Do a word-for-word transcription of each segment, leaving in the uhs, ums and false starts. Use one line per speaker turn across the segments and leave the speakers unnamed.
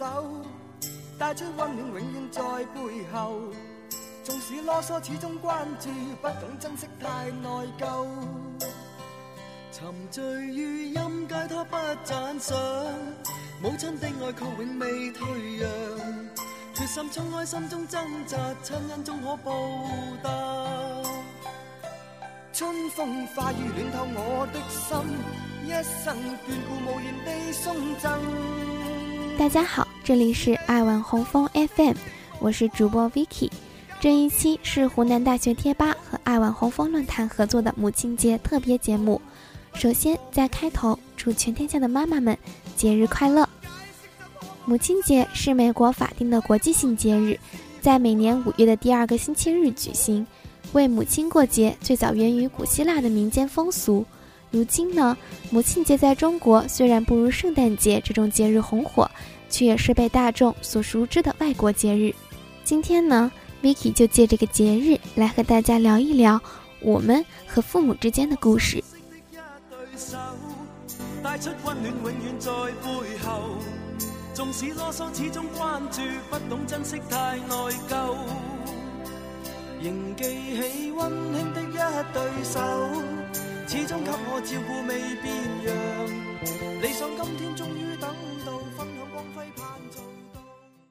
手，帶出溫暖永遠在背後。縱使囉嗦始終關注，不懂珍惜太內疚。沉醉於音階它不讚賞，母親的愛卻永未退讓。決心衝開心中掙扎，親恩終可報答。春風化雨暖透我的心，一生眷顧無言地送贈。
大家好，这里是爱晚红枫 F M， 我是主播 Vicky。这一期是湖南大学贴吧和爱晚红枫论坛合作的母亲节特别节目。首先在开头祝全天下的妈妈们节日快乐。母亲节是美国法定的国际性节日，在每年五月的第二个星期日举行。为母亲过节最早源于古希腊的民间风俗。如今呢，母亲节在中国虽然不如圣诞节这种节日红火，却也是被大众所熟知的外国节日。今天呢 Vicky 就借这个节日来和大家聊一聊我们和父母之間的故事。
帶出溫暖永遠在背後，縱使囉嗦始終關注，不懂珍惜太內疚。仍記起溫馨的一對手，始終給我照顧未變樣。理想今天終於等到，分享光輝盼做到。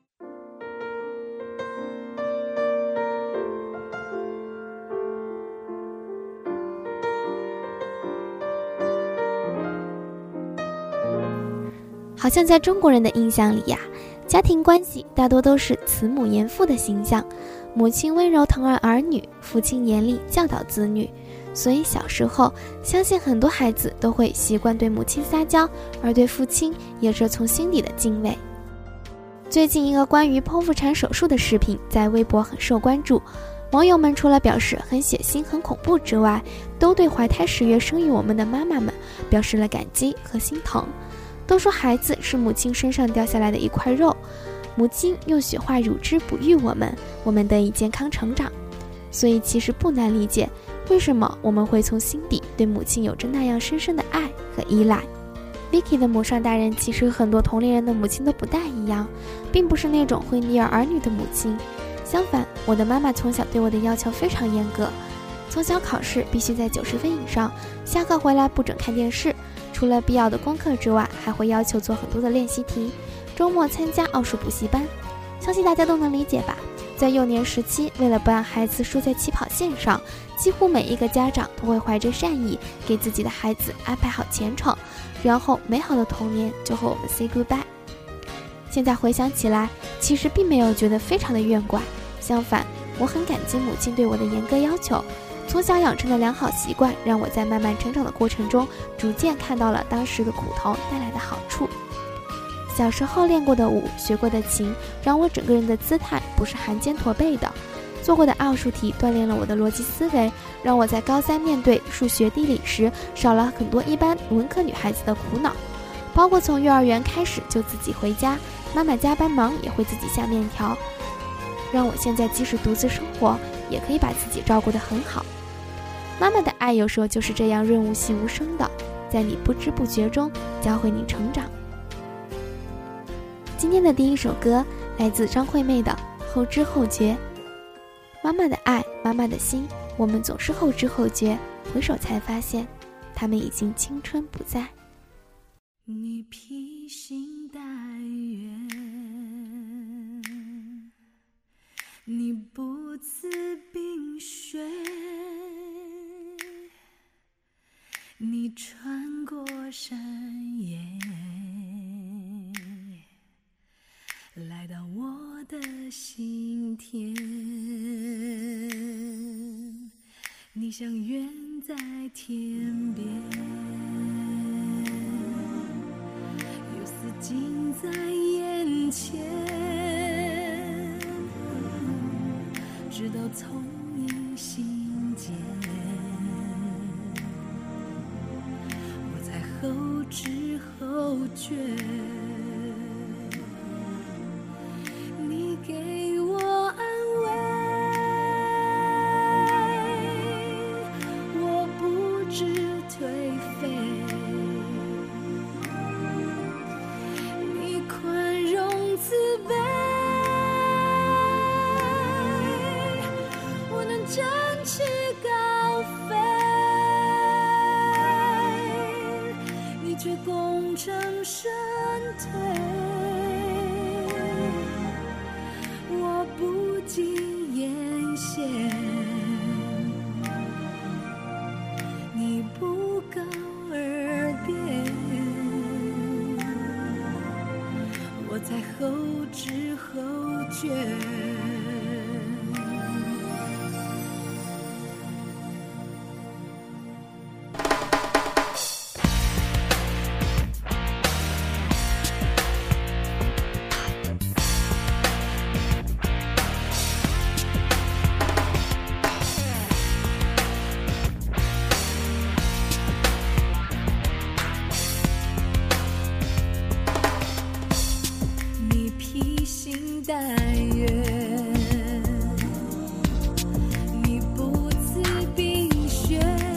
好像在中国人的印象里呀、啊，家庭关系大多都是慈母严父的形象，母亲温柔疼爱儿女，父亲严厉教导子女。所以小时候，相信很多孩子都会习惯对母亲撒娇，而对父亲也是从心底的敬畏。最近一个关于剖腹产手术的视频在微博很受关注，网友们除了表示很血腥很恐怖之外，都对怀胎十月生育我们的妈妈们表示了感激和心疼。都说孩子是母亲身上掉下来的一块肉，母亲用雪化乳汁哺育我们，我们得以健康成长。所以其实不难理解，为什么我们会从心底对母亲有着那样深深的爱和依赖。 Vicky 的母上大人其实很多同龄人的母亲都不大一样，并不是那种会溺爱儿女的母亲。相反，我的妈妈从小对我的要求非常严格，从小考试必须在九十分以上，下课回来不准看电视，除了必要的功课之外，还会要求做很多的练习题，周末参加奥数补习班。相信大家都能理解吧。在幼年时期，为了不让孩子输在起跑线上，几乎每一个家长都会怀着善意给自己的孩子安排好前程，然后美好的童年就和我们 say goodbye。 现在回想起来，其实并没有觉得非常的怨怪，相反，我很感激母亲对我的严格要求。从小养成的良好习惯，让我在慢慢成长的过程中，逐渐看到了当时的苦头带来的好处。小时候练过的舞，学过的琴，让我整个人的姿态不是含肩驼背的。做过的奥数题锻炼了我的逻辑思维，让我在高三面对数学地理时，少了很多一般文科女孩子的苦恼。包括从幼儿园开始就自己回家，妈妈加班忙也会自己下面条，让我现在即使独自生活，也可以把自己照顾得很好。妈妈的爱有时候就是这样润物细无声的，在你不知不觉中教会你成长。今天的第一首歌来自张惠妹的《后知后觉》。妈妈的爱，妈妈的心，我们总是后知后觉，回首才发现，他们已经青春不在。
你披星戴月，你不辞冰雪，你穿过山野，来到我的心田。你像远在天边，有似近在眼前，直到从你心间，我才后知后觉。你给我安慰，我不知颓废，你宽容及眼线，你不告而别，我在后知后觉。但愿你不辞冰雪，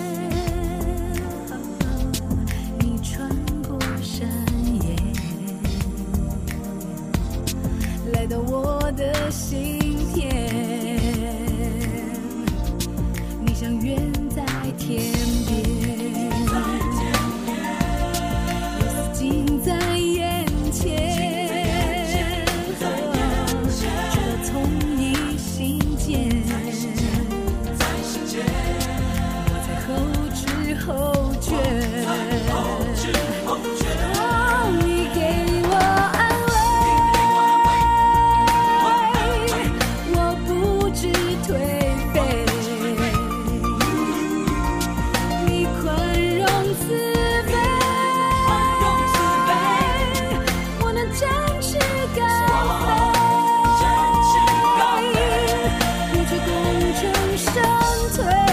你穿过山野，来到我的心田，你像远在天边，有死近在眼前。后觉，哦，你给我安慰，我不知颓废，你宽容慈悲，我能展翅高飞，你却功成身退。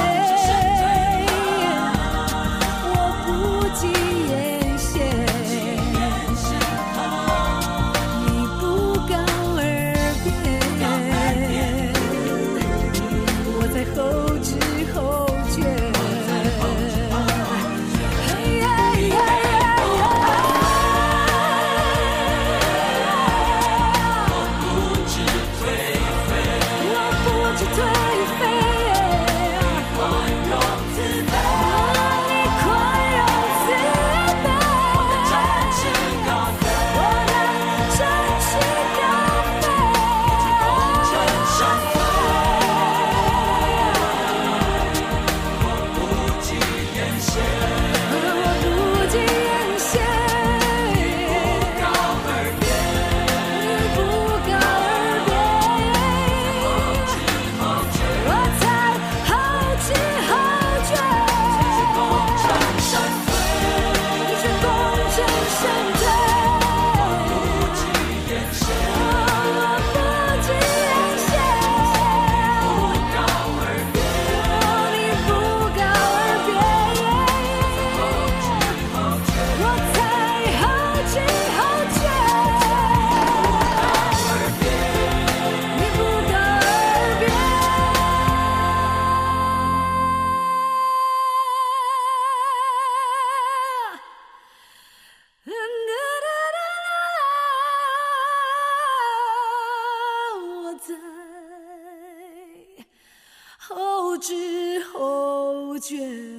后知后觉。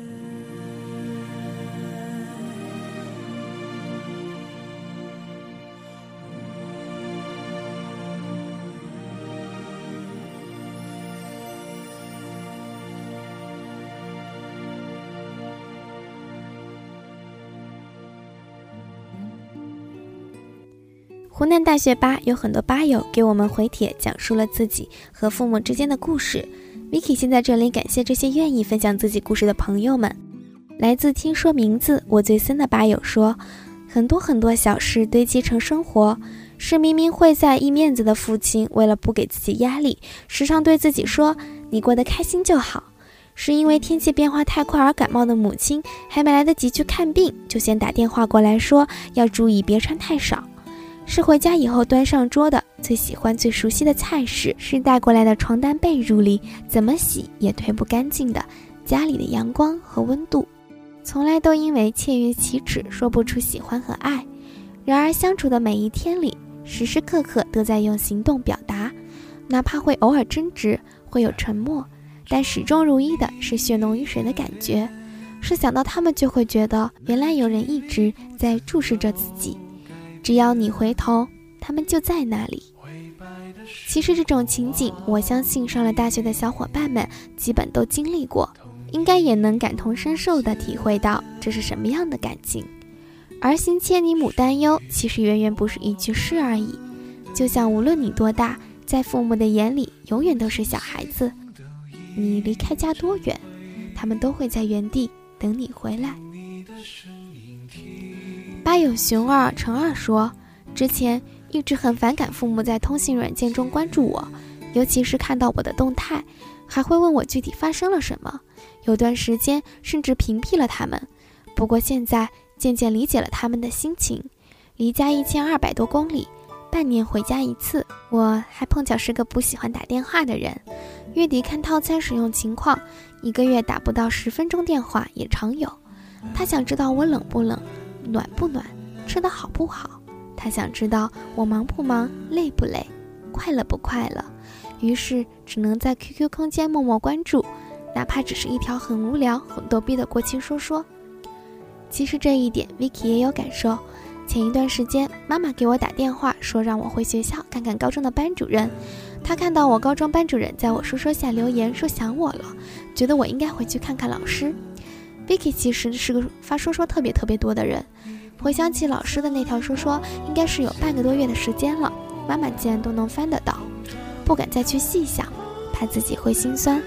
湖南大学吧有很多吧友给我们回帖，讲述了自己和父母之间的故事。Vicky 先在这里感谢这些愿意分享自己故事的朋友们。来自听说名字我最森的吧友说，很多很多小事堆积成生活，是明明会在意面子的父亲，为了不给自己压力，时常对自己说你过得开心就好；是因为天气变化太快而感冒的母亲，还没来得及去看病，就先打电话过来说要注意别穿太少；是回家以后端上桌的最喜欢最熟悉的菜式，是带过来的床单被褥里怎么洗也推不干净的家里的阳光和温度。从来都因为切于启齿说不出喜欢和爱，然而相处的每一天里，时时刻刻都在用行动表达，哪怕会偶尔争执，会有沉默，但始终如一的是血浓于水的感觉。是想到他们就会觉得原来有人一直在注视着自己，只要你回头，他们就在那里。 其实这种情景，我相信上了大学的小伙伴们基本都经历过，应该也能感同身受地体会到这是什么样的感情。儿行千里母担忧，其实远远不是一句诗而已。就像无论你多大，在父母的眼里永远都是小孩子，你离开家多远，他们都会在原地等你回来。吧友熊二乘二说，之前一直很反感父母在通信软件中关注我，尤其是看到我的动态，还会问我具体发生了什么，有段时间甚至屏蔽了他们。不过现在渐渐理解了他们的心情，离家一千二百多公里，半年回家一次，我还碰巧是个不喜欢打电话的人，月底看套餐使用情况，一个月打不到十分钟电话也常有。他想知道我冷不冷，暖不暖，吃得好不好，他想知道我忙不忙，累不累，快乐不快乐，于是只能在 Q Q 空间默默关注，哪怕只是一条很无聊很逗逼的过期说说。其实这一点 Vicky 也有感受，前一段时间妈妈给我打电话说让我回学校看看高中的班主任，她看到我高中班主任在我说说下留言说想我了，觉得我应该回去看看老师。 Vicky 其实是个发说说特别特别多的人，回想起老师的那条说说应该是有半个多月的时间了，妈妈竟然都能翻得到，不敢再去细想，怕自己会心酸。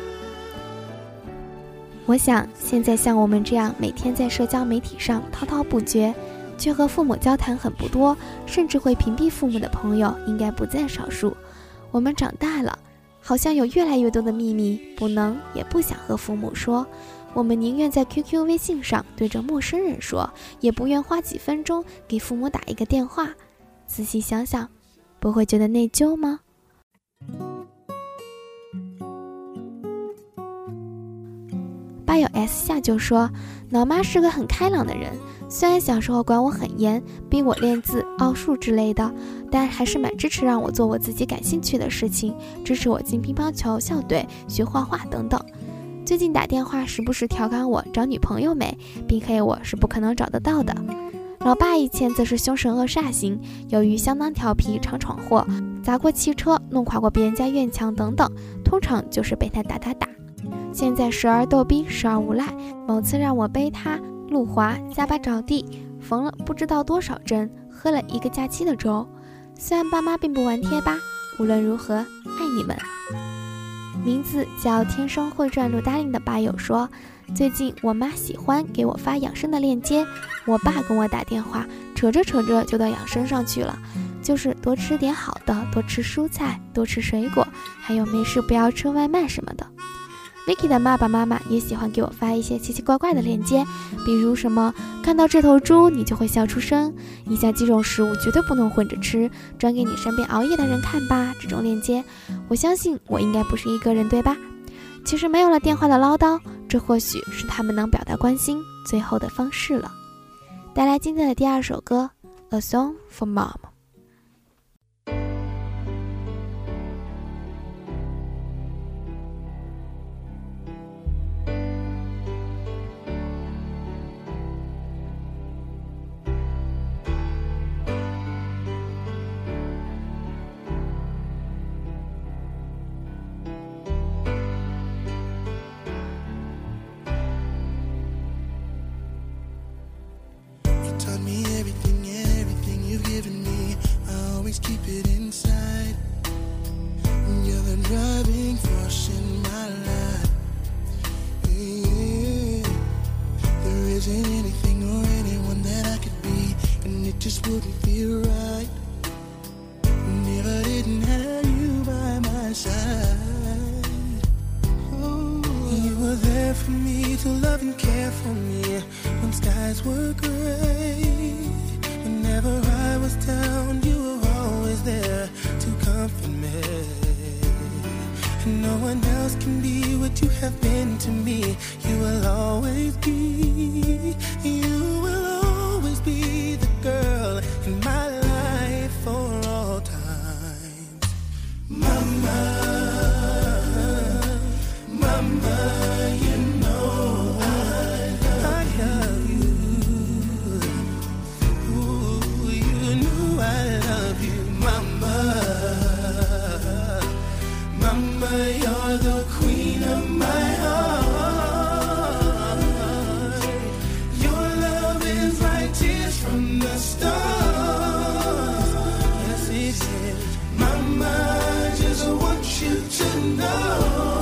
我想现在像我们这样每天在社交媒体上滔滔不绝，却和父母交谈很不多，甚至会屏蔽父母的朋友应该不在少数。我们长大了，好像有越来越多的秘密不能也不想和父母说，我们宁愿在 Q Q 微信上对着陌生人说，也不愿花几分钟给父母打一个电话。仔细想想，不会觉得内疚吗？吧友 S 下就说，老妈是个很开朗的人，虽然小时候管我很严，逼我练字奥数之类的，但还是蛮支持让我做我自己感兴趣的事情，支持我进乒乓球校队，学画画等等。最近打电话时不时调侃我找女朋友没，并黑我是不可能找得到的。老爸以前则是凶神恶煞型，由于相当调皮，常闯祸，砸过汽车，弄垮过别人家院墙等等，通常就是被他打打打。现在时而逗逼，时而无赖，某次让我背他路滑，下巴着地，缝了不知道多少针，喝了一个假期的粥。虽然爸妈并不玩贴吧，无论如何爱你们。名字叫天生会转陆答应的吧友说，最近我妈喜欢给我发养生的链接，我爸跟我打电话，扯着扯着就到养生上去了，就是多吃点好的，多吃蔬菜，多吃水果，还有没事不要吃外卖什么的。Vicky 的爸爸妈妈也喜欢给我发一些奇奇怪怪的链接，比如什么看到这头猪你就会笑出声，以下几种食物绝对不能混着吃，转给你身边熬夜的人看吧，这种链接。我相信我应该不是一个人，对吧？其实没有了电话的唠叨，这或许是他们能表达关心最后的方式了。带来今天的第二首歌 A Song for
Mama Mama, you're the queen of my heart. Your love is like tears from the stars. Yes, it is. Mama, I just want you to know,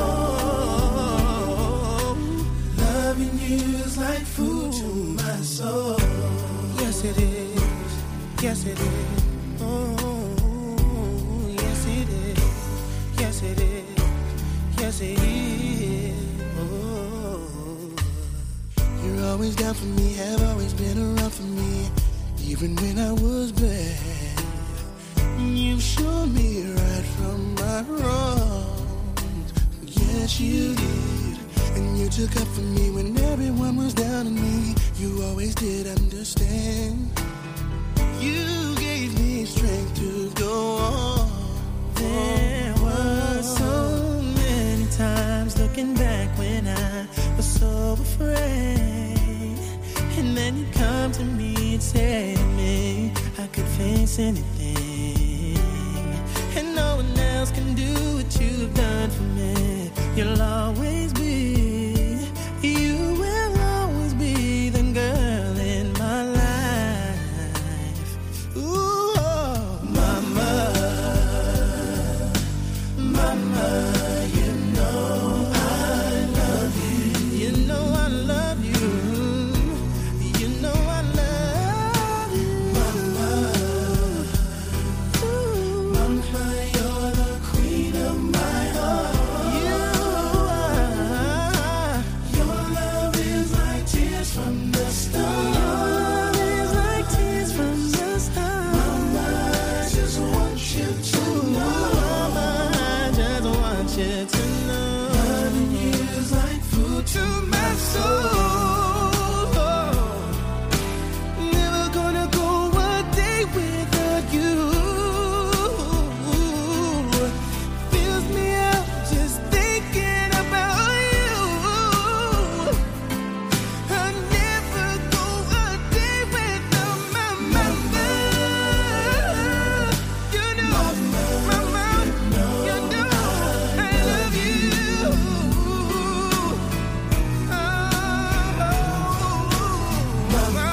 loving you is like food to my soul. Yes, it is. Yes, it is. Oh, yes, it is. Yes, it is. Yes, it is. Oh, you're always down for me, have always been around for me, even when I was bad. You showed me right from my wrongs. Yes, you did. And you took up for me when everyone was down on me. You always did understand. You gave me strength to go on. There were so many times looking back when I was so afraid, and then you come to me and say to me I could face anything, and no one else can do what you've done for me. You'll always be, you will always be the girl in my life. Ooh, oh, mama, mama, you know I love you. You know I love you. You know I love you. Mama, ooh, mama, you're the queen of my heart. You are. Your love is like tears from the stars. Your love is like tears from the stars. Mama, I just want you to know. Mama, I just want you to know. Loving you is like food to my soul. Never gonna go a day without you. Fills me up just thinking about you. I never go a day without my mama. You know, mama, you know I love you. Oh, mama,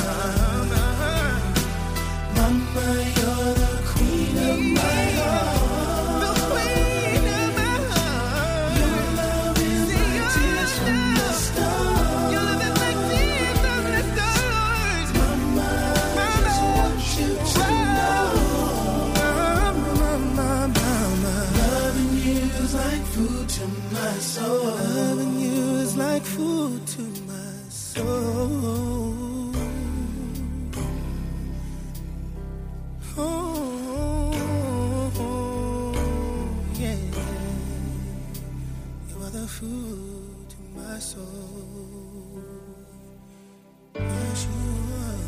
mama, you're the queen of my heart. The queen of my heart. Your love is like tears from the stars. Your love is like tears from the stars. Mama, I just want you to know. Mama, mama, loving you is like food to my soul. Loving you is like food to my soul. Oh, yeah. You are the food to my soul. Yes, you are.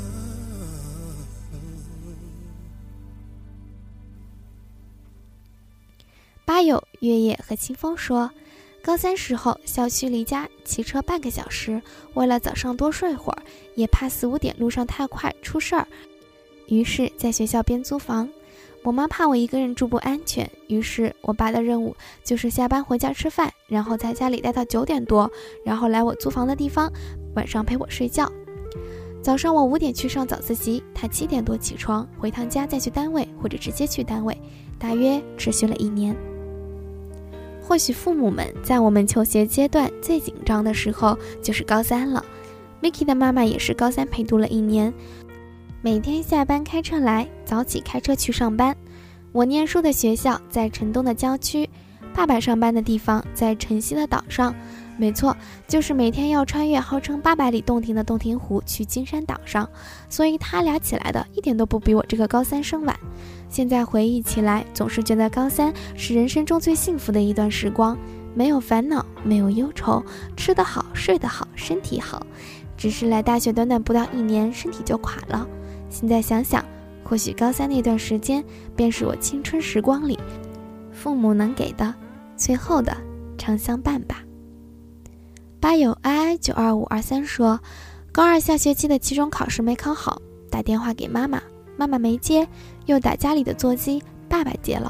吧友月夜和清风说，高三时候校区离家骑车半个小时，为了早上多睡会儿，也怕四五点路上太快出事儿，于是在学校边租房。我妈怕我一个人住不安全，于是我爸的任务就是下班回家吃饭，然后在家里待到九点多，然后来我租房的地方，晚上陪我睡觉。早上我五点去上早自习，他七点多起床，回趟家再去单位或者直接去单位，大约持续了一年。或许父母们在我们求学阶段最紧张的时候就是高三了。Mickey 的妈妈也是高三陪读了一年，每天下班开车来，早起开车去上班。我念书的学校在城东的郊区，爸爸上班的地方在城西的岛上，没错，就是每天要穿越号称八百里洞庭的洞庭湖去金山岛上，所以他俩起来的一点都不比我这个高三生晚。现在回忆起来，总是觉得高三是人生中最幸福的一段时光，没有烦恼，没有忧愁，吃得好，睡得好，身体好。只是来大学短短不到一年，身体就垮了。现在想想，或许高三那段时间便是我青春时光里父母能给的最后的长相伴吧。吧友 I I 九二五二三说，高二下学期的期中考试没考好，打电话给妈妈，妈妈没接，又打家里的座机，爸爸接了。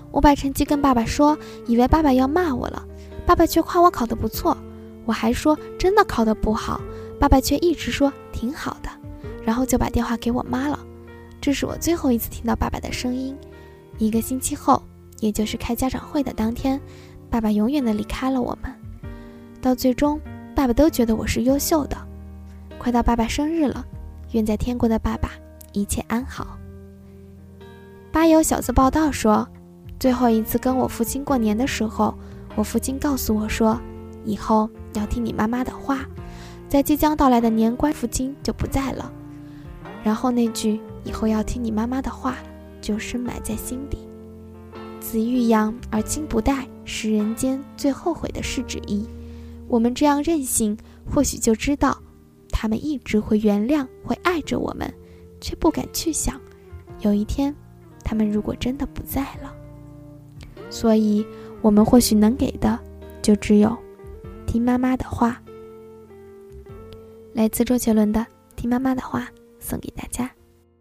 我把成绩跟爸爸说，以为爸爸要骂我了，爸爸却夸我考得不错。我还说真的考得不好，爸爸却一直说挺好的，然后就把电话给我妈了。这是我最后一次听到爸爸的声音。一个星期后，也就是开家长会的当天，爸爸永远地离开了我们。到最终，爸爸都觉得我是优秀的。快到爸爸生日了，愿在天国的爸爸一切安好。吧友小字报道说，最后一次跟我父亲过年的时候，我父亲告诉我说，以后要听你妈妈的话，在即将到来的年关，父亲就不在了。然后那句以后要听你妈妈的话就深埋在心底。子欲养而亲不待，是人间最后悔的事之一。我们这样任性，或许就知道他们一直会原谅，会爱着我们，却不敢去想，有一天他们如果真的不在了。所以我们或许能给的就只有听妈妈的话。来自周杰伦的《听妈妈的话》送给大家。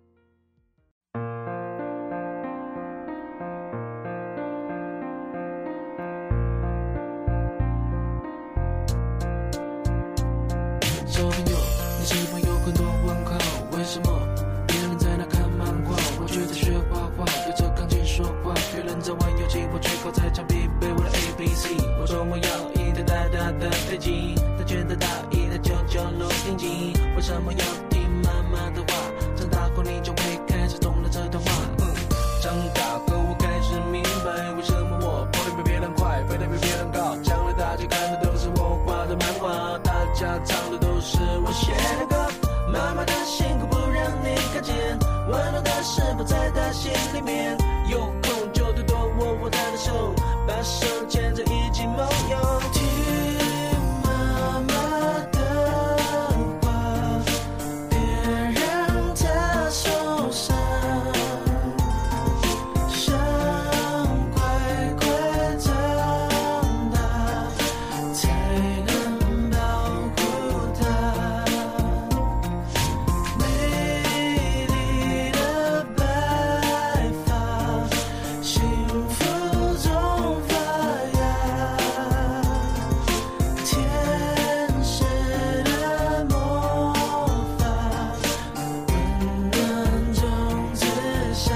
小朋友，你是否有很多问号？为什么别人在那看漫画，我却在学画画，对着钢琴说话？别人在玩游戏，我却靠在墙壁背我的 A B C。我说我要一台大大的飞机，他觉得大一台九九六定级。为什么要听妈妈的话？长大后你就会开始懂了这段话。嗯，长大后我开始明白，为什么我跑得比别人快，飞得比别人高。将来大家看的都是我画的漫画，大家唱的都是我写的歌。妈妈的辛苦不让你看见，温暖的是否在她心里面。有空就多多握握她的手，把手牵着一起梦游。听妈妈的话，别让她受伤，想乖乖长大，才能保护她。美丽的白发，幸福中发芽，天使的魔法，温暖中自下。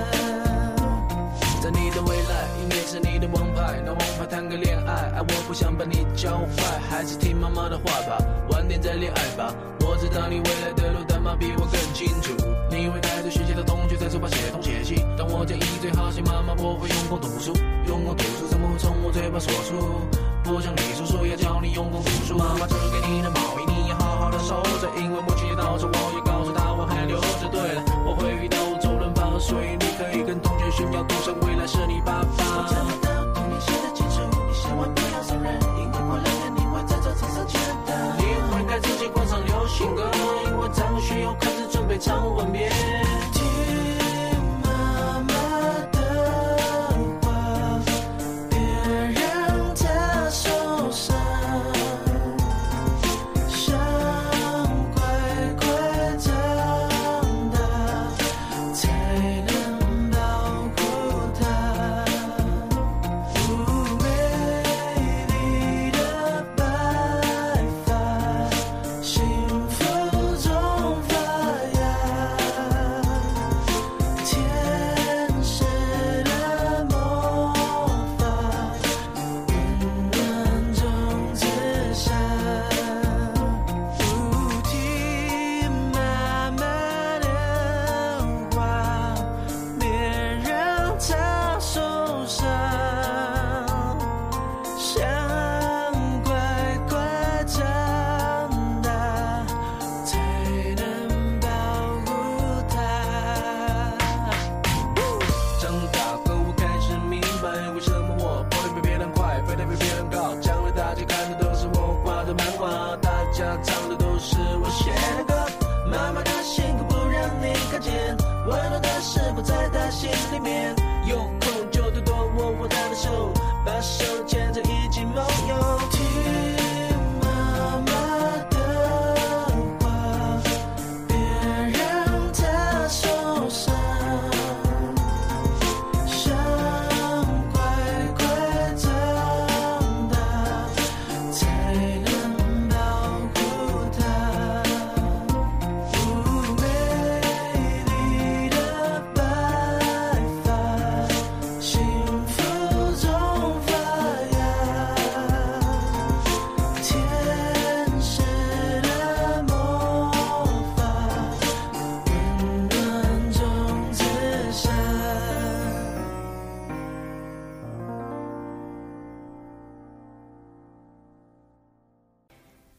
在你的未来，音乐是你的王牌，拿王牌谈个恋爱，爱我不想把你教坏，还是听妈妈的话吧，晚点再恋爱吧。我知道你未来的路，但妈比我更清楚。你会带着学习的同学在书包写东写西，当我讲一嘴好戏，妈妈我会用功读书，用功读书怎么会从我嘴巴说出？不像你叔叔要教你用功读书，妈妈织给你的毛衣你要好好的收着，因为母亲节到时我也告诉她我还留着。对了，我会遇到周润发，所以你可以跟同学炫耀，赌神未来是你爸爸。我这么道理你写得清楚，你千万不要送人，因为过两年你会在这场上见到。你会开自己广场流行歌，因为张学友开始准备唱吻别。听妈妈的话，别让她受伤，想乖乖长大，才能保护她。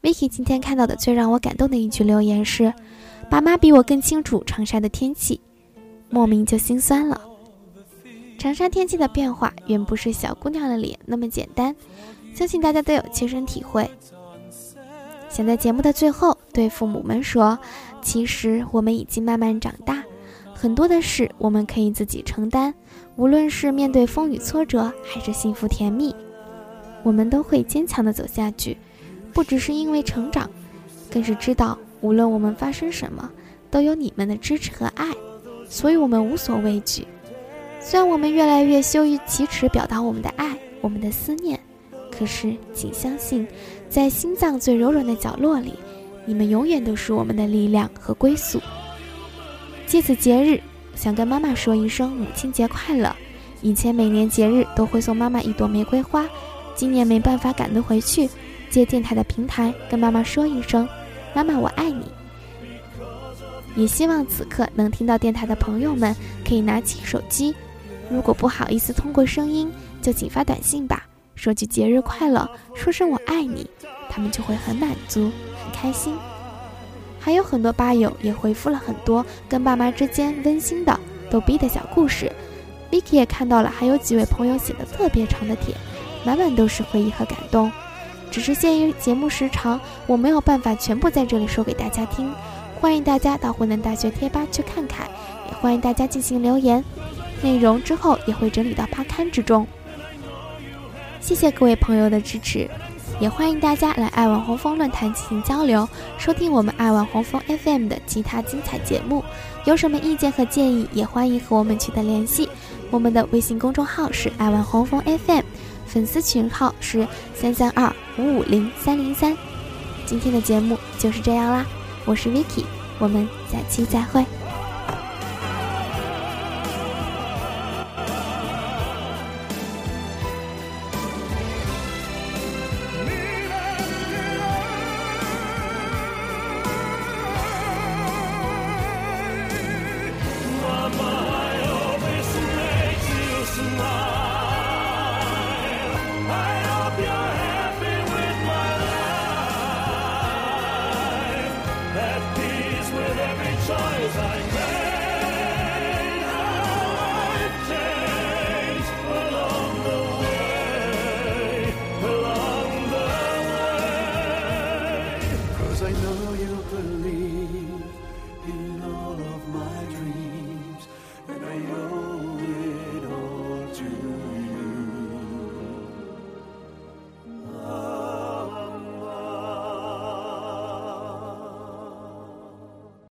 Vicky 今天看到的最让我感动的一句留言是：爸妈比我更清楚长沙的天气，莫名就心酸了。长沙天气的变化远不是小姑娘的脸那么简单，相信大家都有切身体会。想在节目的最后对父母们说，其实我们已经慢慢长大，很多的事我们可以自己承担，无论是面对风雨挫折还是幸福甜蜜，我们都会坚强地走下去。不只是因为成长，更是知道无论我们发生什么，都有你们的支持和爱，所以我们无所畏惧。虽然我们越来越羞于启齿表达我们的爱，我们的思念，可是请相信，在心脏最柔软的角落里，你们永远都是我们的力量和归宿。借此节日，想跟妈妈说一声母亲节快乐。以前每年节日都会送妈妈一朵玫瑰花，今年没办法赶得回去，借电台的平台跟妈妈说一声，妈妈我爱你。也希望此刻能听到电台的朋友们可以拿起手机，如果不好意思通过声音，就请发短信吧，说句节日快乐，说声我爱你，他们就会很满足很开心。还有很多吧友也回复了很多跟爸妈之间温馨的逗逼的小故事， Vicky 也看到了还有几位朋友写的特别长的帖，满满都是回忆和感动。只是限于节目时长，我没有办法全部在这里说给大家听，欢迎大家到湖南大学贴吧去看看，也欢迎大家进行留言，内容之后也会整理到趴刊之中。谢谢各位朋友的支持，也欢迎大家来爱网红枫论坛进行交流，收听我们爱网红枫 F M 的其他精彩节目。有什么意见和建议，也欢迎和我们取得联系。我们的微信公众号是爱网红枫 F M， 粉丝群号是三三二五五零三零三。今天的节目就是这样啦，我是 Vicky， 我们下期再会。
I know you believe in all of my dreams, and I know